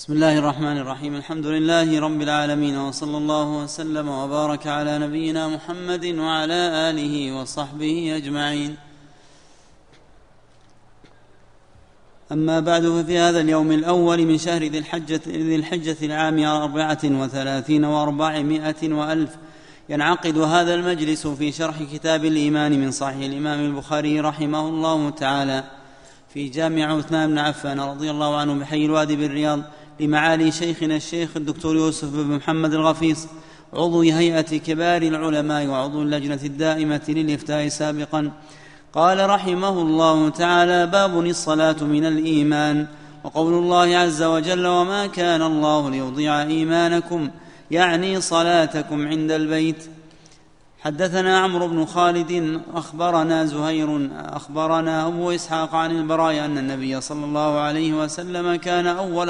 بسم الله الرحمن الرحيم. الحمد لله رب العالمين، وصلى الله وسلم وبارك على نبينا محمد وعلى آله وصحبه أجمعين. أما بعد، ففي هذا اليوم الأول من شهر ذي الحجة العام 34 و400 وألف ينعقد هذا المجلس في شرح كتاب الإيمان من صحيح الإمام البخاري رحمه الله تعالى في جامع عثمان بن عفان رضي الله عنه بحي الوادي بالرياض، لمعالي شيخنا الشيخ الدكتور يوسف بن محمد الغفيص، عضو هيئة كبار العلماء وعضو اللجنة الدائمة للإفتاء سابقا. قال رحمه الله تعالى: باب الصلاة من الإيمان. وقول الله عز وجل: وما كان الله ليضيع إيمانكم، يعني صلاتكم عند البيت. حدثنا عمرو بن خالد أخبرنا زهير أخبرنا أبو إسحاق عن البراء أن النبي صلى الله عليه وسلم كان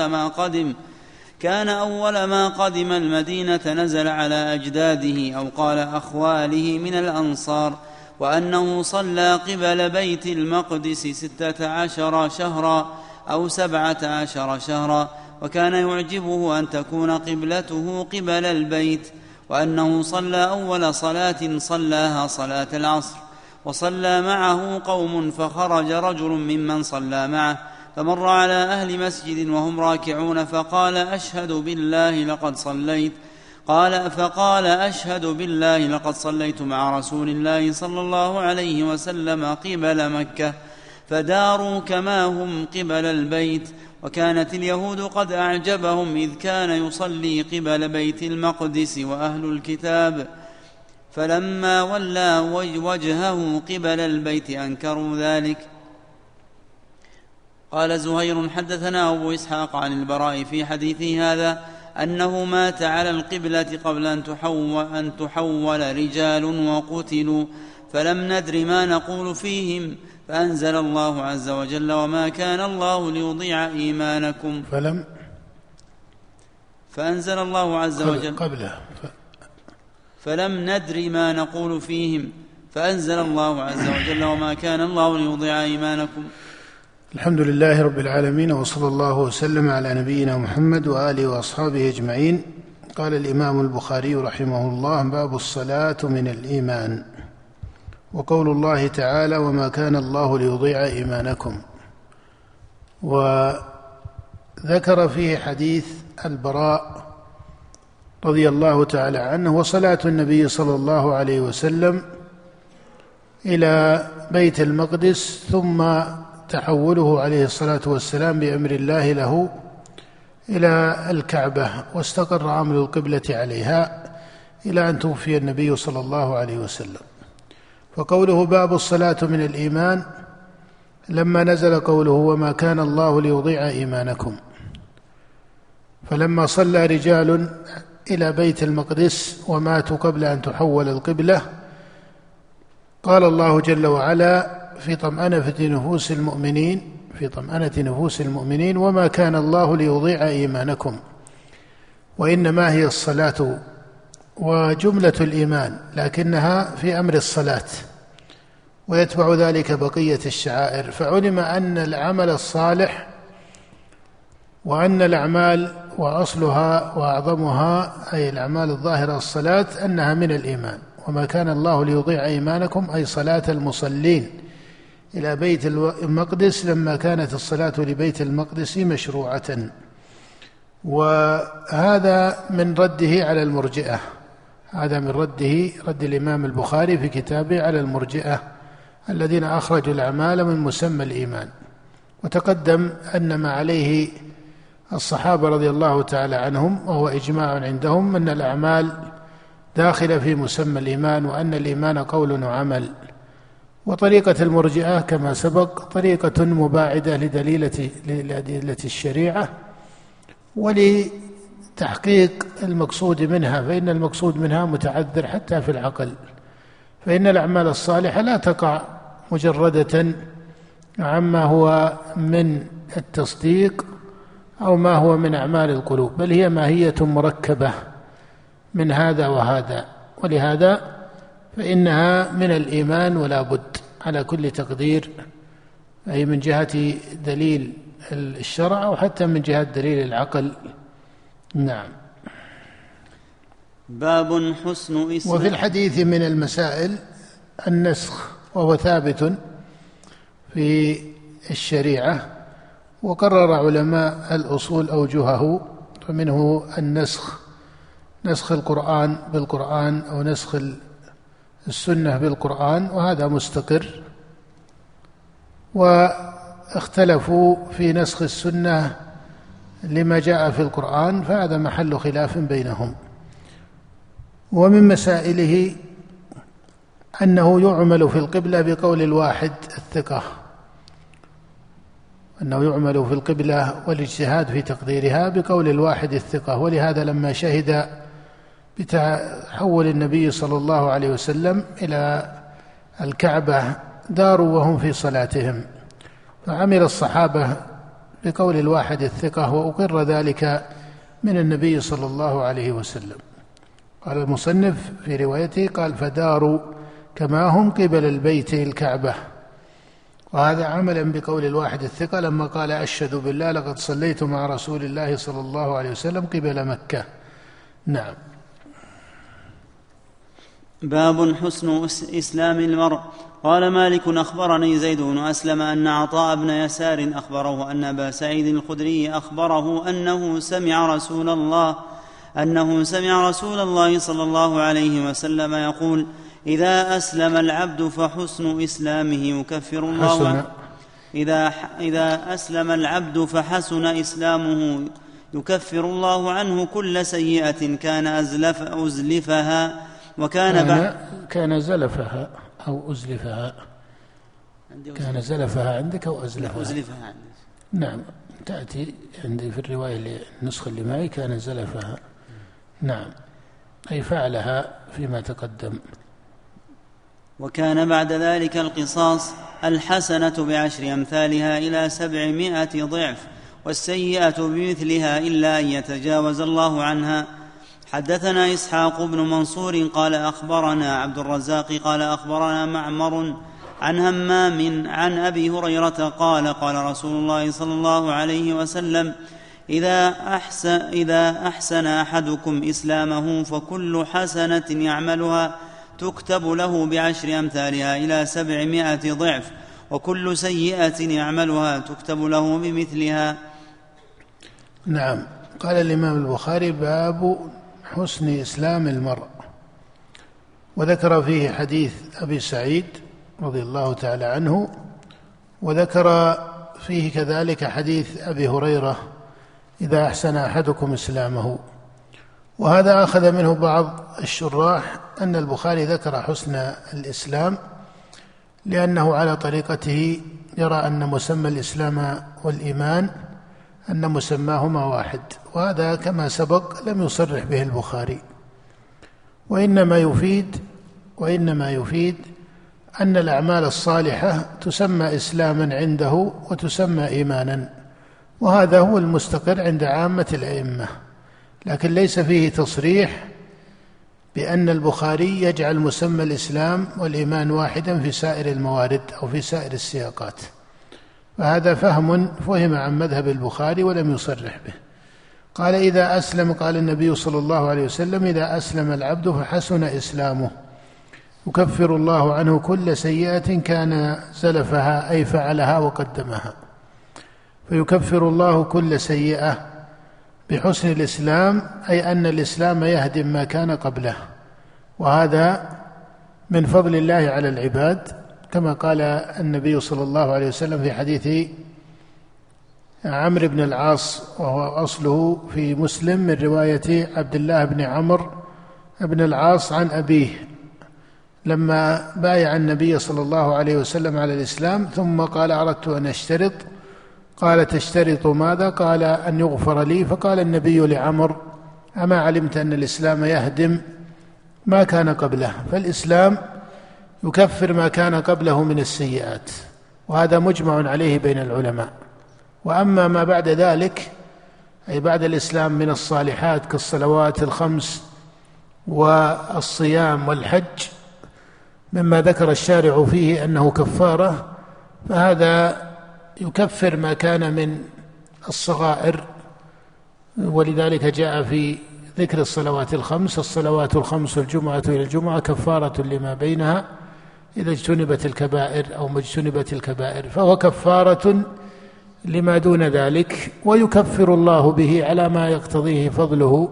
أول ما قدم المدينة نزل على أجداده أو قال أخواله من الأنصار، وأنه صلى قبل بيت المقدس 16 شهرا أو 17 شهرا، وكان يعجبه أن تكون قبلته قبل البيت، وأنه صلى أول صلاة صلاها صلاة العصر، وصلى معه قوم فخرج رجل ممن صلى معه فمر على أهل مسجد وهم راكعون فقال: أشهد بالله لقد صليت مع رسول الله صلى الله عليه وسلم قبل مكة، فداروا كما هم قبل البيت. وكانت اليهود قد أعجبهم إذ كان يصلي قبل بيت المقدس وأهل الكتاب، فلما ولى وجهه قبل البيت أنكروا ذلك. قال زهير: حدثنا أبو إسحاق عن البراء في حديثه هذا أنه مات على القبلة قبل أن تحول رجال وقتلوا، فلم ندر ما نقول فيهم، فأنزل الله عز وجل: وما كان الله ليضيع إيمانكم. فأنزل الله عز وجل فلم ندر ما نقول فيهم، فأنزل الله عز وجل: وما كان الله ليضيع إيمانكم. الحمد لله رب العالمين، وصلى الله وسلم على نبينا محمد وآله وأصحابه أجمعين. قال الإمام البخاري رحمه الله: باب الصلاة من الإيمان. وقول الله تعالى: وما كان الله ليضيع إيمانكم. وذكر فيه حديث البراء رضي الله تعالى عنه وصلاة النبي صلى الله عليه وسلم إلى بيت المقدس، ثم تحوله عليه الصلاة والسلام بأمر الله له إلى الكعبة، واستقر عمل القبلة عليها إلى أن توفي النبي صلى الله عليه وسلم. فقوله باب الصلاة من الإيمان، لما نزل قوله: وما كان الله ليضيع إيمانكم، فلما صلى رجال إلى بيت المقدس وماتوا قبل أن تحول القبلة، قال الله جل وعلا في طمأنة نفوس المؤمنين: وما كان الله ليضيع إيمانكم، وإنما هي الصلاة وجملة الإيمان، لكنها في أمر الصلاة، ويتبع ذلك بقية الشعائر. فعلم أن العمل الصالح وأن الأعمال وأصلها وأعظمها أي الأعمال الظاهرة الصلاة أنها من الإيمان. وما كان الله ليضيع إيمانكم أي صلاة المصلين إلى بيت المقدس لما كانت الصلاة لبيت المقدس مشروعة. وهذا من رده على المرجئة، هذا من رد الإمام البخاري في كتابه على المرجئة الذين أخرجوا الأعمال من مسمى الإيمان. وتقدم أن ما عليه الصحابة رضي الله تعالى عنهم، وهو إجماع عندهم، أن الأعمال داخلة في مسمى الإيمان، وأن الإيمان قول وعمل. وطريقة المرجئة كما سبق طريقة مباعدة لأدلة الشريعة ولتحقيق المقصود منها، فإن المقصود منها متعذر حتى في العقل، فإن الأعمال الصالحة لا تقع مجردة عما هو من التصديق أو ما هو من أعمال القلوب، بل هي ماهية مركبة من هذا وهذا، ولهذا فإنها من الإيمان ولا بد على كل تقدير، أي من جهة دليل الشرع أو حتى من جهة دليل العقل. نعم. باب حسن إسلام. وفي الحديث من المسائل النسخ، وهو ثابت في الشريعة، وقرر علماء الأصول أوجهه، فمنه النسخ، نسخ القرآن بالقرآن أو نسخ السنة بالقرآن، وهذا مستقر. واختلفوا في نسخ السنة لما جاء في القرآن، فهذا محل خلاف بينهم. ومن مسائله أنه يعمل في القبلة بقول الواحد الثقة، أنه يعمل في القبلة والاجتهاد في تقديرها بقول الواحد الثقة. ولهذا لما شهد بتحول النبي صلى الله عليه وسلم إلى الكعبة داروا وهم في صلاتهم، فعمل الصحابة بقول الواحد الثقة، وأقر ذلك من النبي صلى الله عليه وسلم. قال المصنف في روايته قال فداروا كما هم قبل البيت الكعبة، وهذا عملا بقول الواحد الثقة لما قال أشهد بالله لقد صليت مع رسول الله صلى الله عليه وسلم قبل مكة. نعم. باب حسن إسلام المرء. قال مالك أخبرني زيد بن أسلم أن عطاء بن يسار أخبره أن أبا سعيد الخدري أخبره أنه سمع رسول الله صلى الله عليه وسلم يقول إذا أسلم العبد فحسن إسلامه يكفر الله عنه إذا أسلم العبد فحسن إسلامه يكفر الله عنه كل سيئة كان أزلفها كان زلفها أو أزلفها. كان زلفها عندك أو أزلفها عندك. نعم، تأتي عندي في الرواية النسخة اللي معي كان زلفها. نعم، أي فعلها فيما تقدم. وكان بعد ذلك القصاص الحسنة بعشر أمثالها إلى 700 ضعف، والسيئة بمثلها إلا أن يتجاوز الله عنها. حدثنا إسحاق بن منصور قال أخبرنا عبد الرزاق قال أخبرنا معمر عن همام عن أبي هريرة قال قال رسول الله صلى الله عليه وسلم إذا أحسن أحدكم إسلامه فكل حسنة يعملها تكتب له بعشر أمثالها إلى 700 ضعف، وكل سيئة يعملها تكتب له بمثلها. نعم. قال الإمام البخاري باب حسن إسلام المرء، وذكر فيه حديث أبي سعيد رضي الله تعالى عنه، وذكر فيه كذلك حديث أبي هريرة إذا أحسن أحدكم إسلامه. وهذا أخذ منه بعض الشراح أن البخاري ذكر حسن الإسلام لأنه على طريقته يرى أن مسمى الإسلام والإيمان أن مسماهما واحد، وهذا كما سبق لم يصرح به البخاري، وإنما يفيد أن الأعمال الصالحة تسمى إسلاما عنده وتسمى إيمانا، وهذا هو المستقر عند عامة الأئمة، لكن ليس فيه تصريح بأن البخاري يجعل مسمى الإسلام والإيمان واحدا في سائر الموارد أو في سائر السياقات، فهذا فهم عن مذهب البخاري ولم يصرح به. قال إذا أسلم، قال النبي صلى الله عليه وسلم إذا أسلم العبد فحسن إسلامه يكفر الله عنه كل سيئة كان سلفها أي فعلها وقدمها، فيكفر الله كل سيئة بحسن الإسلام، أي أن الإسلام يهدم ما كان قبله، وهذا من فضل الله على العباد، كما قال النبي صلى الله عليه وسلم في حديث عمرو بن العاص وهو أصله في مسلم من رواية عبد الله بن عمرو بن العاص عن أبيه لما بايع النبي صلى الله عليه وسلم على الإسلام ثم قال أردت أن أشترط، قال تشترط ماذا؟ قال أن يغفر لي، فقال النبي لعمر أما علمت أن الإسلام يهدم ما كان قبله؟ فالإسلام يكفر ما كان قبله من السيئات، وهذا مجمع عليه بين العلماء. وأما ما بعد ذلك أي بعد الإسلام من الصالحات كالصلوات الخمس والصيام والحج مما ذكر الشارع فيه أنه كفارة، فهذا يكفر ما كان من الصغائر، ولذلك جاء في ذكر الصلوات الخمس: الصلوات الخمس والجمعة إلى الجمعة كفارة لما بينها إذا اجتنبت الكبائر أو ما اجتنبت الكبائر، فهو كفارة لما دون ذلك، ويكفر الله به على ما يقتضيه فضله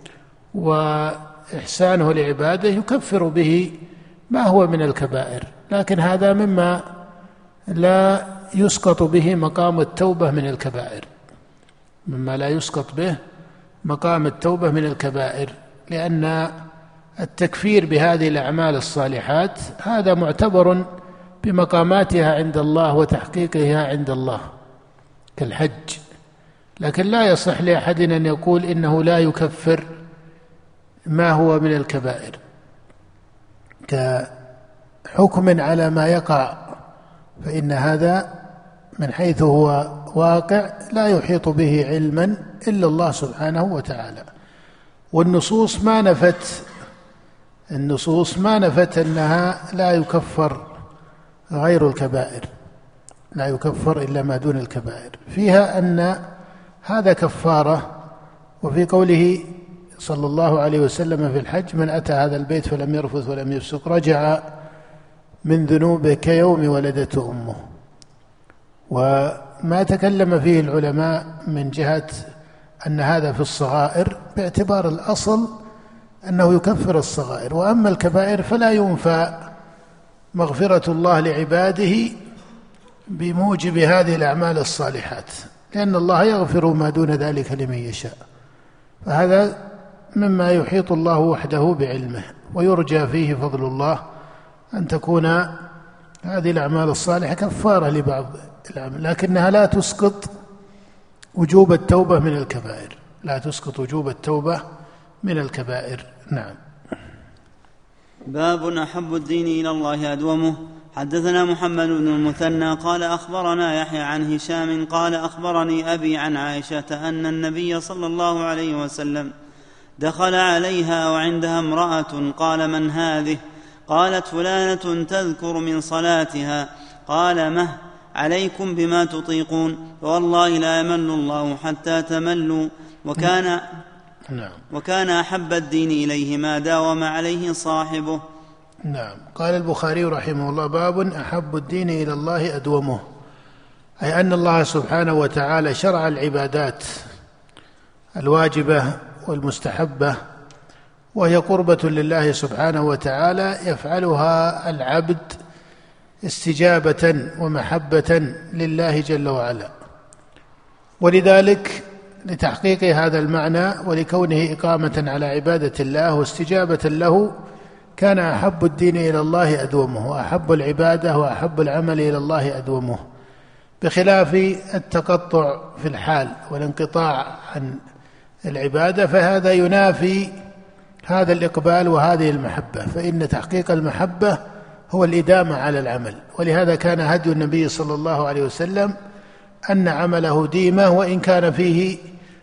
وإحسانه لعباده، يكفر به ما هو من الكبائر، لكن هذا مما لا يسقط به مقام التوبة من الكبائر، مما لا يسقط به مقام التوبة من الكبائر، لأن التكفير بهذه الأعمال الصالحات هذا معتبر بمقاماتها عند الله وتحقيقها عند الله كالحج، لكن لا يصح لأحد أن يقول إنه لا يكفر ما هو من الكبائر كحكم على ما يقع، فإن هذا من حيث هو واقع لا يحيط به علما إلا الله سبحانه وتعالى. والنصوص ما نفت أنها لا يكفر غير الكبائر، لا يكفر إلا ما دون الكبائر، فيها أن هذا كفارة. وفي قوله صلى الله عليه وسلم في الحج: من أتى هذا البيت فلم يرفث ولم يفسق رجع من ذنوبه كيوم ولدته أمه. وما تكلم فيه العلماء من جهة أن هذا في الصغائر باعتبار الأصل أنه يكفر الصغائر، وأما الكبائر فلا ينفى مغفرة الله لعباده بموجب هذه الأعمال الصالحات، لأن الله يغفر ما دون ذلك لمن يشاء، فهذا مما يحيط الله وحده بعلمه، ويرجى فيه فضل الله أن تكون هذه الأعمال الصالحة كفارة لبعض الأعمال، لكنها لا تسقط وجوب التوبة من الكبائر، لا تسقط وجوب التوبة من الكبائر. نعم. باب أحب الدين إلى الله أدومه. حدثنا محمد بن المثنى قال أخبرنا يحيى عن هشام قال أخبرني أبي عن عائشة أن النبي صلى الله عليه وسلم دخل عليها وعندها امرأة، قال: من هذه؟ قالت: فلانة تذكر من صلاتها. قال: مه عليكم بما تطيقون، فوالله لا يمل الله حتى تملوا. وكان أحب الدين إليه ما داوم عليه صاحبه. نعم. قال البخاري رحمه الله: باب أحب الدين إلى الله أدومه، أي أن الله سبحانه وتعالى شرع العبادات الواجبة والمستحبة، وهي قربة لله سبحانه وتعالى يفعلها العبد استجابة ومحبة لله جل وعلا، ولذلك لتحقيق هذا المعنى ولكونه إقامة على عبادة الله واستجابة له كان أحب الدين إلى الله أدومه، وأحب العبادة وأحب العمل إلى الله أدومه، بخلاف التقطع في الحال والانقطاع عن العبادة، فهذا ينافي هذا الإقبال وهذه المحبة، فإن تحقيق المحبة هو الإدامة على العمل. ولهذا كان هدي النبي صلى الله عليه وسلم أن عمله ديمة، وإن كان فيه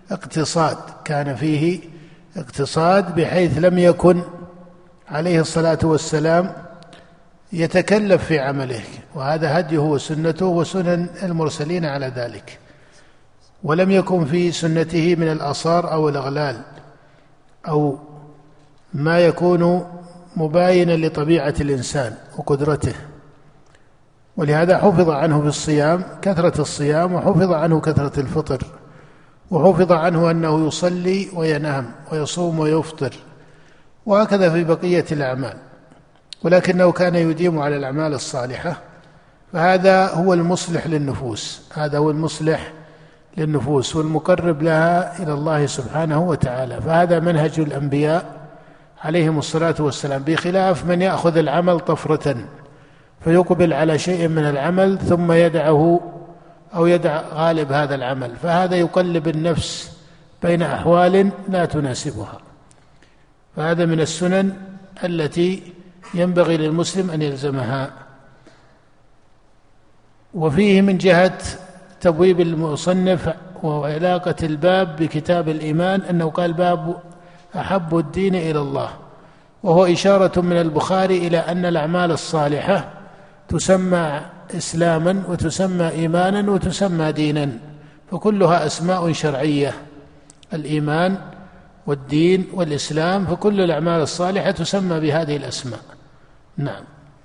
اقتصاد بحيث لم يكن عليه الصلاة والسلام يتكلف في عمله، وهذا هديه وسنته وسنن المرسلين على ذلك، ولم يكن في سنته من الآثار أو الأغلال أو ما يكون مباينا لطبيعة الإنسان وقدرته. ولهذا حفظ عنه في الصيام كثرة الصيام، وحفظ عنه كثرة الفطر، وحفظ عنه أنه يصلي وينام ويصوم ويفطر، وهكذا في بقية الأعمال، ولكنه كان يديم على الأعمال الصالحة، فهذا هو المصلح للنفوس، هذا هو المصلح للنفوس والمقرب لها إلى الله سبحانه وتعالى، فهذا منهج الأنبياء عليهم الصلاة والسلام، بخلاف من يأخذ العمل طفرة فيقبل على شيء من العمل ثم يدعه أو يدع غالب هذا العمل، فهذا يقلب النفس بين أحوال لا تناسبها، فهذا من السنن التي ينبغي للمسلم أن يلزمها. وفيه من جهة تبويب المصنف وعلاقة الباب بكتاب الإيمان أنه قال: باب أحب الدين إلى الله، وهو إشارة من البخاري إلى أن الأعمال الصالحة تسمى إسلاما وتسمى إيمانا وتسمى دينا، فكلها أسماء شرعية، الإيمان والدين والإسلام، فكل الأعمال الصالحة تسمى بهذه الأسماء. نعم.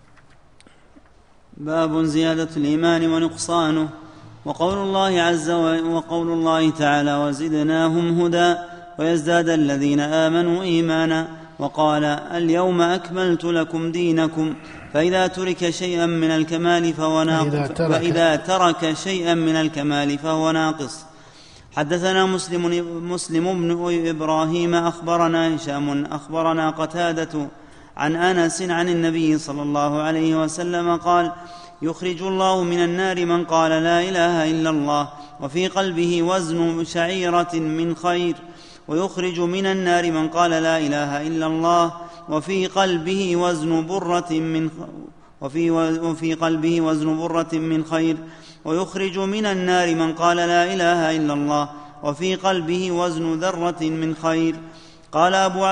باب زيادة الإيمان ونقصانه. وقول الله تعالى وزدناهم هدى ويزداد الذين آمنوا إيمانا. وقال اليوم أكملت لكم دينكم. فإذا ترك شيئا من الكمال فهو ناقص. حدثنا مسلم بن إبراهيم أخبرنا هشام أخبرنا قتادة عن أنس عن النبي صلى الله عليه وسلم قال يخرج الله من النار من قال لا إله إلا الله وفي قلبه وزن شعيرة من خير، ويخرج من النار من قال لا إله إلا الله وفي قلبه وزن برة من خير، ويخرج من النار من قال لا إله إلا الله وفي قلبه وزن ذرة من خير. قال أبو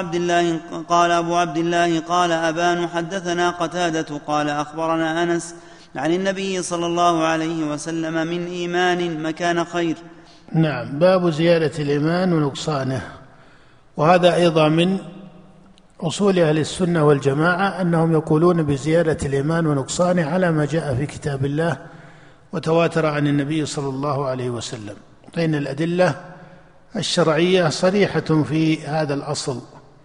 عبد الله قال أبان حدثنا قتادة قال أخبرنا أنس عن النبي صلى الله عليه وسلم من إيمان مكان خير. نعم. باب زيادة الإيمان ونقصانه. وهذا أيضا من أصول أهل السنة والجماعة أنهم يقولون بزيادة الإيمان ونقصانه على ما جاء في كتاب الله وتواتر عن النبي صلى الله عليه وسلم، فإن الأدلة الشرعية صريحة في هذا الأصل.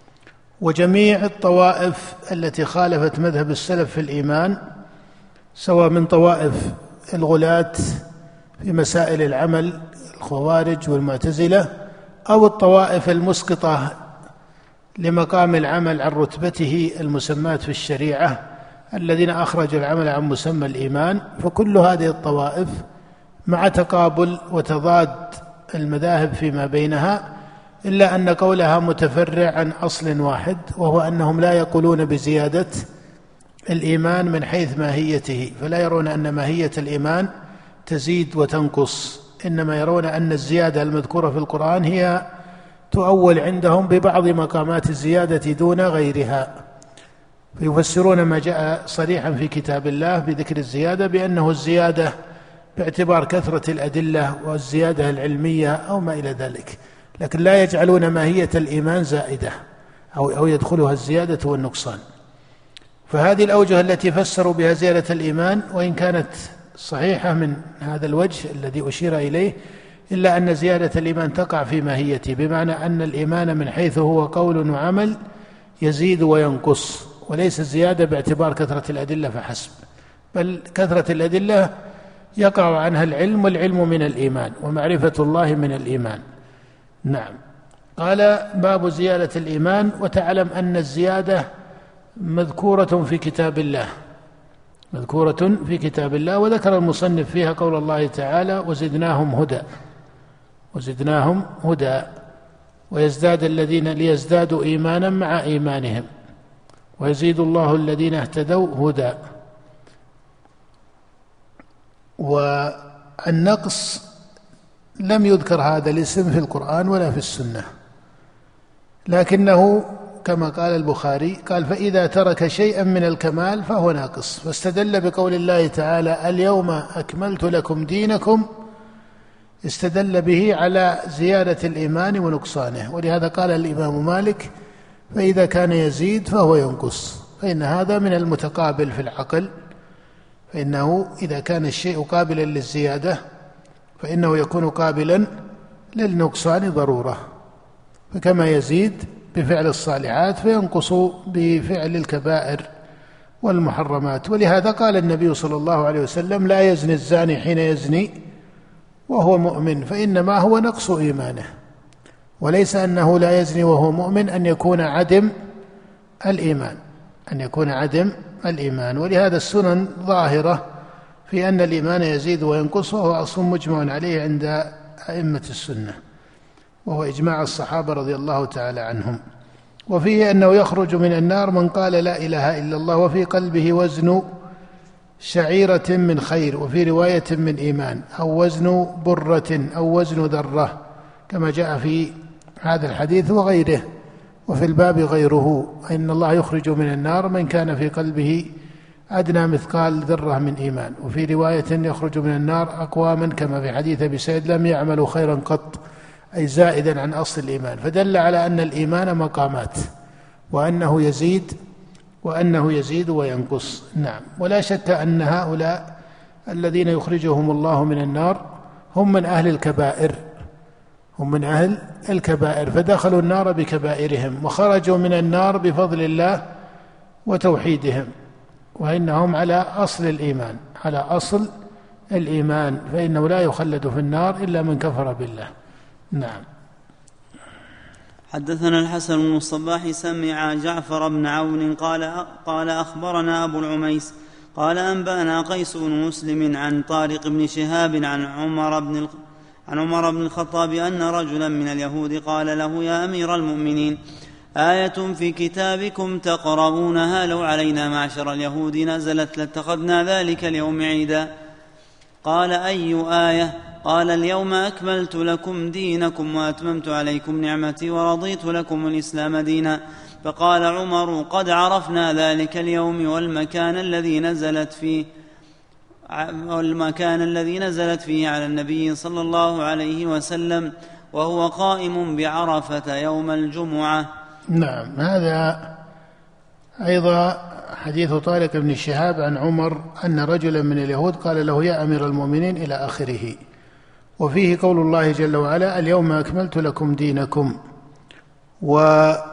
وجميع الطوائف التي خالفت مذهب السلف في الإيمان، سواء من طوائف الغلاة في مسائل العمل الخوارج والمعتزلة، أو الطوائف المسقطة لمقام العمل عن رتبته المسمات في الشريعة الذين أخرجوا العمل عن مسمى الإيمان، فكل هذه الطوائف مع تقابل وتضاد المذاهب فيما بينها، إلا أن قولها متفرع عن أصل واحد، وهو أنهم لا يقولون بزيادة الإيمان من حيث ماهيته، فلا يرون أن ماهية الإيمان تزيد وتنقص، إنما يرون أن الزيادة المذكورة في القرآن هي تؤول عندهم ببعض مقامات الزيادة دون غيرها، فيفسرون ما جاء صريحا في كتاب الله بذكر الزيادة بأنه الزيادة باعتبار كثرة الأدلة والزيادة العلمية أو ما إلى ذلك، لكن لا يجعلون ماهية الإيمان زائدة أو يدخلها الزيادة والنقصان. فهذه الأوجه التي فسروا بها زيادة الإيمان وإن كانت صحيحة من هذا الوجه الذي أشير إليه، إلا أن زيادة الإيمان تقع في ماهيته، بمعنى أن الإيمان من حيث هو قول وعمل يزيد وينقص، وليس الزيادة باعتبار كثرة الأدلة فحسب، بل كثرة الأدلة يقع عنها العلم، والعلم من الإيمان، ومعرفة الله من الإيمان. نعم. قال باب زيادة الإيمان. وتعلم أن الزيادة مذكورة في كتاب كتاب الله، وذكر المصنف فيها قول الله تعالى وزدناهم هدى ويزداد الذين ليزدادوا إيمانا مع إيمانهم ويزيد الله الذين اهتدوا هدى. والنقص لم يذكر هذا الاسم في القرآن ولا في السنة، لكنه كما قال البخاري قال فإذا ترك شيئا من الكمال فهو ناقص، فاستدل بقول الله تعالى اليوم أكملت لكم دينكم، استدل به على زيادة الإيمان ونقصانه. ولهذا قال الإمام مالك فإذا كان يزيد فهو ينقص، فإن هذا من المتقابل في العقل، فإنه إذا كان الشيء قابلا للزيادة فإنه يكون قابلا للنقصان ضرورة، فكما يزيد بفعل الصالحات فينقص بفعل الكبائر والمحرمات. ولهذا قال النبي صلى الله عليه وسلم لا يزني الزاني حين يزني وهو مؤمن، فإنما هو نقص إيمانه، وليس أنه لا يزني وهو مؤمن أن يكون عدم الإيمان. ولهذا السنن ظاهرة في أن الإيمان يزيد وينقص، وهو أصل مجمع عليه عند أئمة السنة، وهو إجماع الصحابة رضي الله تعالى عنهم. وفيه أنه يخرج من النار من قال لا إله إلا الله وفي قلبه وزن شعيرة من خير، وفي رواية من إيمان، أو وزن برة أو وزن ذرة، كما جاء في هذا الحديث وغيره. وفي الباب غيره إن الله يخرج من النار من كان في قلبه أدنى مثقال ذرة من إيمان. وفي رواية يخرج من النار أقواما كما في حديث أبي سعيد لم يعملوا خيرا قط، أي زائدا عن أصل الإيمان، فدل على أن الإيمان مقامات وأنه يزيد وينقص. نعم. ولا شك أن هؤلاء الذين يخرجهم الله من النار هم من أهل الكبائر، فدخلوا النار بكبائرهم وخرجوا من النار بفضل الله وتوحيدهم، وإنهم على أصل الإيمان، فإنه لا يخلد في النار إلا من كفر بالله. نعم. حدثنا الحسن بن الصباح سمع جعفر بن عون قال أخبرنا أبو العميس قال أنبأنا قيس بن مسلم عن طارق بن شهاب عن عمر بن الخطاب أن رجلا من اليهود قال له: يا أمير المؤمنين، آية في كتابكم تقرؤونها لو علينا معشر اليهود نزلت لاتخذنا ذلك اليوم عيدا. قال: أي آية؟ قال: اليوم أكملت لكم دينكم وأتممت عليكم نعمتي ورضيت لكم الإسلام دينا. فقال عمر: قد عرفنا ذلك اليوم والمكان الذي نزلت فيه على النبي صلى الله عليه وسلم وهو قائم بعرفة يوم الجمعة. نعم. هذا أيضا حديث طارق بن شهاب عن عمر أن رجلا من اليهود قال له: يا أمير المؤمنين إلى آخره. وفيه قول الله جل وعلا: اليوم أكملت لكم دينكم. ودلالة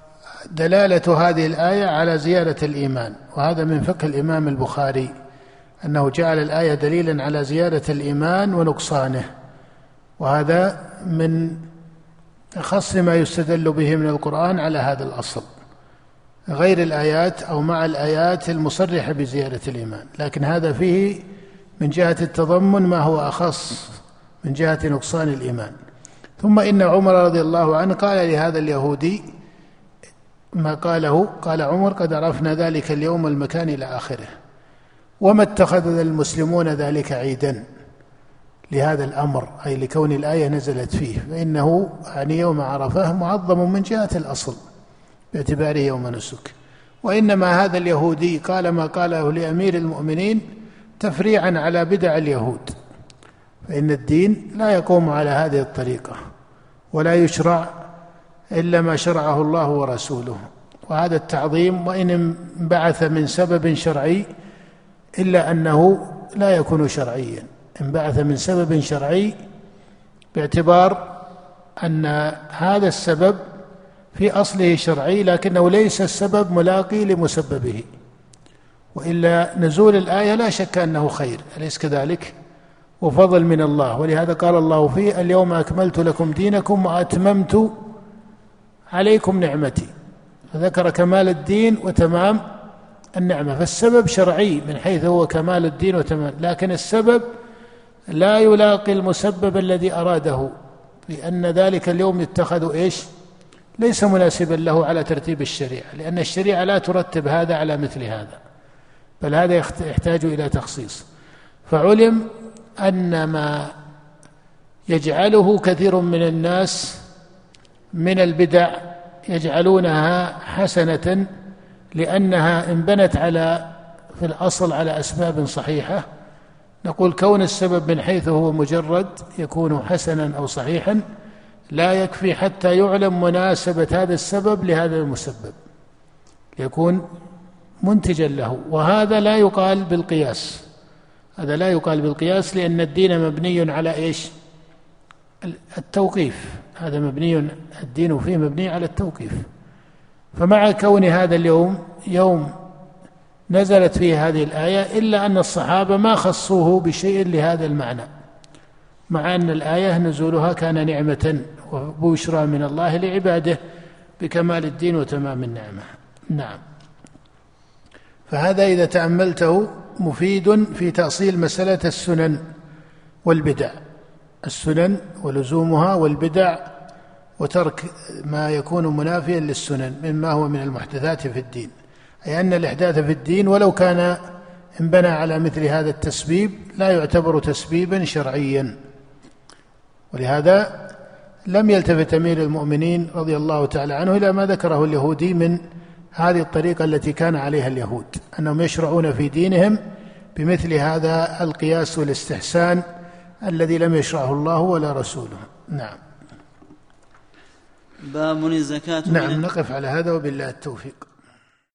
هذه الآية على زيادة الإيمان، وهذا من فقه الإمام البخاري أنه جعل الآية دليلا على زيادة الإيمان ونقصانه، وهذا من أخص ما يستدل به من القرآن على هذا الأصل، غير الآيات أو مع الآيات المصرحة بزيادة الإيمان، لكن هذا فيه من جهة التضمن ما هو أخص من جهة نقصان الإيمان. ثم إن عمر رضي الله عنه قال لهذا اليهودي ما قاله، قال عمر: قد عرفنا ذلك اليوم والمكان إلى آخره. وما اتخذ المسلمون ذلك عيدا لهذا الأمر، أي لكون الآية نزلت فيه، فإنه يعني يوم عرفة معظم من جهة الأصل باعتباره يوم نسك. وإنما هذا اليهودي قال ما قاله لأمير المؤمنين تفريعا على بدع اليهود، فإن الدين لا يقوم على هذه الطريقة ولا يشرع إلا ما شرعه الله ورسوله. وهذا التعظيم وإن انبعث من سبب شرعي إلا أنه لا يكون شرعيا، انبعث من سبب شرعي باعتبار أن هذا السبب في أصله شرعي لكنه ليس السبب ملاقي لمسببه، وإلا نزول الآية لا شك أنه خير، أليس كذلك؟ وفضل من الله. ولهذا قال الله فيه: اليوم أكملت لكم دينكم وأتممت عليكم نعمتي، فذكر كمال الدين وتمام النعمة. فالسبب شرعي من حيث هو كمال الدين وتمام، لكن السبب لا يلاقي المسبب الذي أراده، لأن ذلك اليوم اتخذوا ليس مناسبا له على ترتيب الشريعة، لأن الشريعة لا ترتب هذا على مثل هذا، بل هذا يحتاج إلى تخصيص. فعلم أن ما يجعله كثير من الناس من البدع يجعلونها حسنة لأنها انبنت في الأصل على أسباب صحيحة، نقول كون السبب من حيث هو مجرد يكون حسنا أو صحيحا لا يكفي حتى يعلم مناسبة هذا السبب لهذا المسبب يكون منتجا له. وهذا لا يقال بالقياس، هذا لا يقال بالقياس، لأن الدين مبني على التوقيف، هذا مبني، الدين فيه مبني على التوقيف. فمع كون هذا اليوم يوم نزلت فيه هذه الآية، إلا أن الصحابة ما خصوه بشيء لهذا المعنى، مع أن الآية نزولها كان نعمة وبشرى من الله لعباده بكمال الدين وتمام النعمة. نعم. فهذا إذا تأملته مفيد في تأصيل مسألة السنن والبدع، السنن ولزومها والبدع وترك ما يكون منافيا للسنن مما هو من المحدثات في الدين، أي أن الإحداث في الدين ولو كان انبنى على مثل هذا التسبيب لا يعتبر تسبيبا شرعيا. ولهذا لم يلتفت أمير المؤمنين رضي الله تعالى عنه إلى ما ذكره اليهودي من هذه الطريقة التي كان عليها اليهود، أنهم يشرعون في دينهم بمثل هذا القياس والاستحسان الذي لم يشرعه الله ولا رسوله. نعم. باب الزكاة. نعم، نقف على هذا وبالله التوفيق.